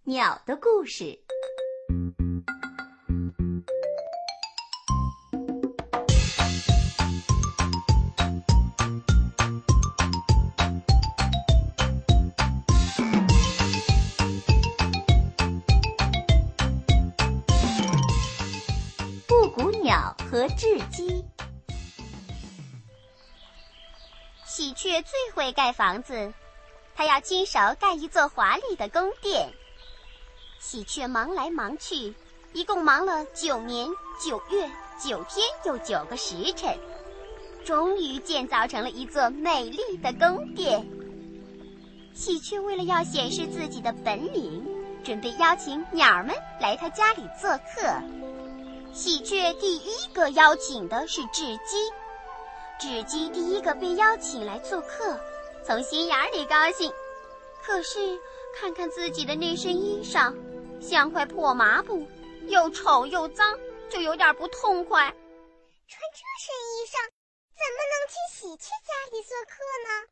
鸟的故事。布谷鸟和雉鸡。喜鹊最会盖房子，它要亲手盖一座华丽的宫殿。喜鹊忙来忙去，一共忙了9年9月9天又9个时辰，终于建造成了一座美丽的宫殿。喜鹊为了要显示自己的本领，准备邀请鸟儿们来他家里做客。喜鹊第一个邀请的是雉鸡，雉鸡第一个被邀请来做客，从心眼里高兴。可是看看自己的那身衣裳，像块破麻布，又丑又脏，就有点不痛快。 穿这身衣裳，怎么能去喜鹊家里做客呢？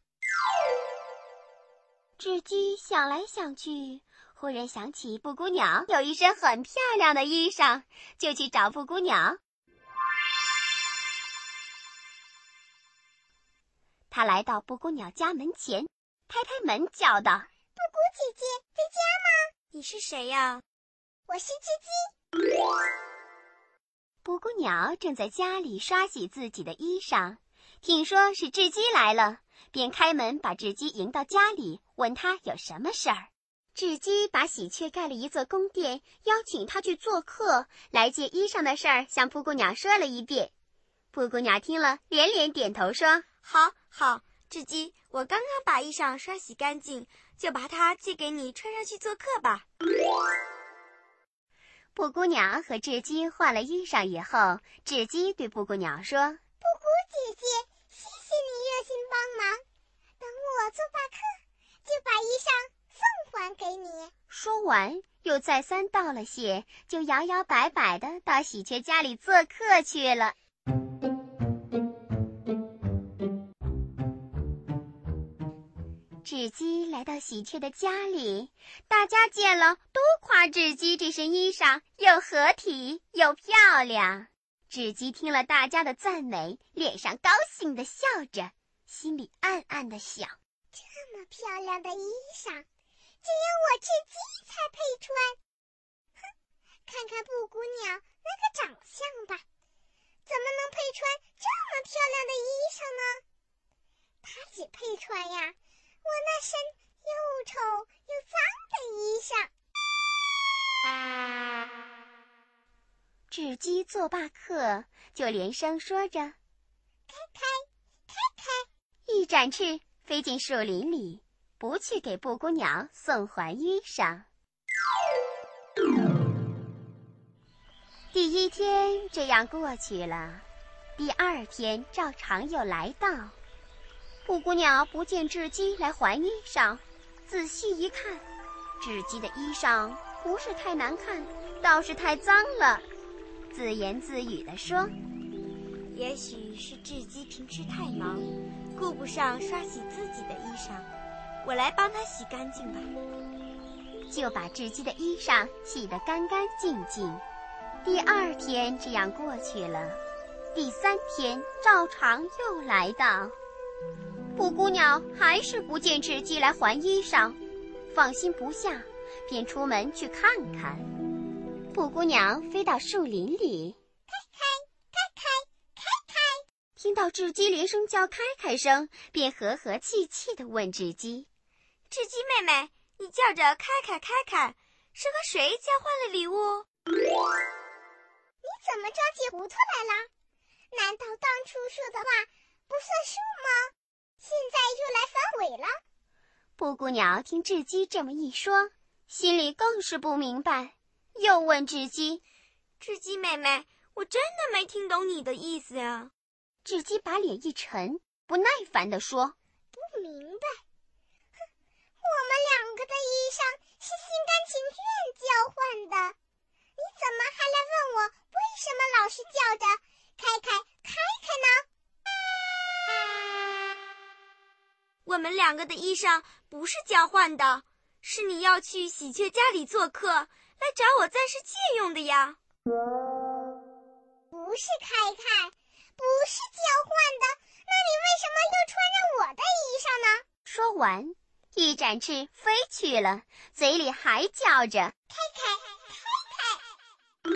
雉鸡想来想去，忽然想起布谷鸟有一身很漂亮的衣裳，就去找布谷鸟。他来到布谷鸟家门前，拍拍门叫道：“ 布谷姐姐在家吗？ 你是谁呀？”“ 我是雉鸡。” 布谷鸟正在家里刷洗自己的衣裳，听说是雉鸡来了，便开门把雉鸡迎到家里，问他有什么事儿。雉鸡把喜鹊盖了一座宫殿，邀请他去做客，来借衣裳的事儿向布谷鸟说了一遍。布谷鸟听了连连点头说：“ 好，好，雉鸡，我刚刚把衣裳刷洗干净，就把它借给你穿上去做客吧。” 布谷鸟和雉鸡换了衣裳以后，雉鸡对布谷鸟说：“ 布谷姐姐，谢谢你热心帮忙，等我做罢课，就把衣裳送还给你。” 说完，又再三道了谢，就摇摇摆摆地到喜鹊家里做客去了。雉鸡来到喜鹊的家里，大家见了都夸雉鸡这身衣裳又合体又漂亮。雉鸡听了大家的赞美，脸上高兴地笑着，心里暗暗地想： 这么漂亮的衣裳，只有我雉鸡才配穿。哼，看看布谷鸟那个长相吧，怎么能配穿这么漂亮的衣裳呢？它也配穿呀，我那身又丑又脏的衣裳。 雉鸡做罢客，就连声说着：“ 开开，开开！” 一展翅飞进树林里，不去给布谷鸟送还衣裳。第一天这样过去了，第二天照常又来到。布谷鸟不见雉鸡来还衣裳，仔细一看，雉鸡的衣裳不是太难看，倒是太脏了，自言自语地说：“ 也许是雉鸡平时太忙，顾不上刷洗自己的衣裳，我来帮它洗干净吧。” 就把雉鸡的衣裳洗得干干净净。第二天这样过去了，第三天照常又来到。布谷鸟还是不见雉鸡来还衣裳，放心不下，便出门去看看。布谷鸟飞到树林里， 开开，开开，开开！ 听到雉鸡连声叫开开声，便和和气气地问雉鸡：“ 雉鸡妹妹，你叫着开开开开，是和谁交换了礼物？”“ 你怎么着急糊涂来了？难道当初说的话不算数吗？现在又来反悔了？” 布谷鸟听雉鸡这么一说，心里更是不明白，又问雉鸡：“ 雉鸡妹妹，我真的没听懂你的意思呀。” 雉鸡把脸一沉，不耐烦地说：“ 不明白？哼，我们两个的衣裳是心甘情愿交换的，你怎么还来问我为什么老是叫着开开开开呢？”“ 我们两个的衣裳不是交换的， 是你要去喜鹊家里做客，来找我暂时借用的呀。 不是开开，不是交换的，那你为什么又穿着我的衣裳呢？ 说完，一展翅飞去了，嘴里还叫着开开开开。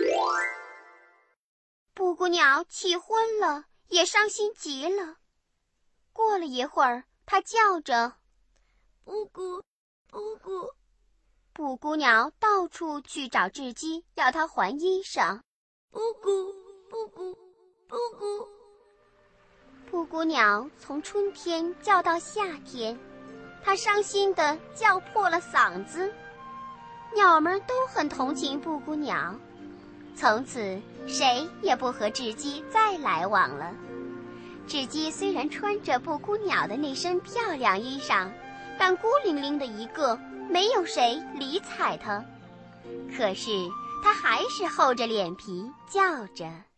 布谷鸟气昏了，也伤心极了。过了一会儿，它叫着布谷布谷。 布谷鸟到处去找雉鸡，要它还衣裳。 布谷布谷布谷。 布谷鸟从春天叫到夏天，它伤心地叫破了嗓子。鸟们都很同情布谷鸟，从此谁也不和雉鸡再来往了。雉鸡虽然穿着布谷鸟的那身漂亮衣裳，但孤零零的一个，没有谁理睬它。可是它还是厚着脸皮叫着。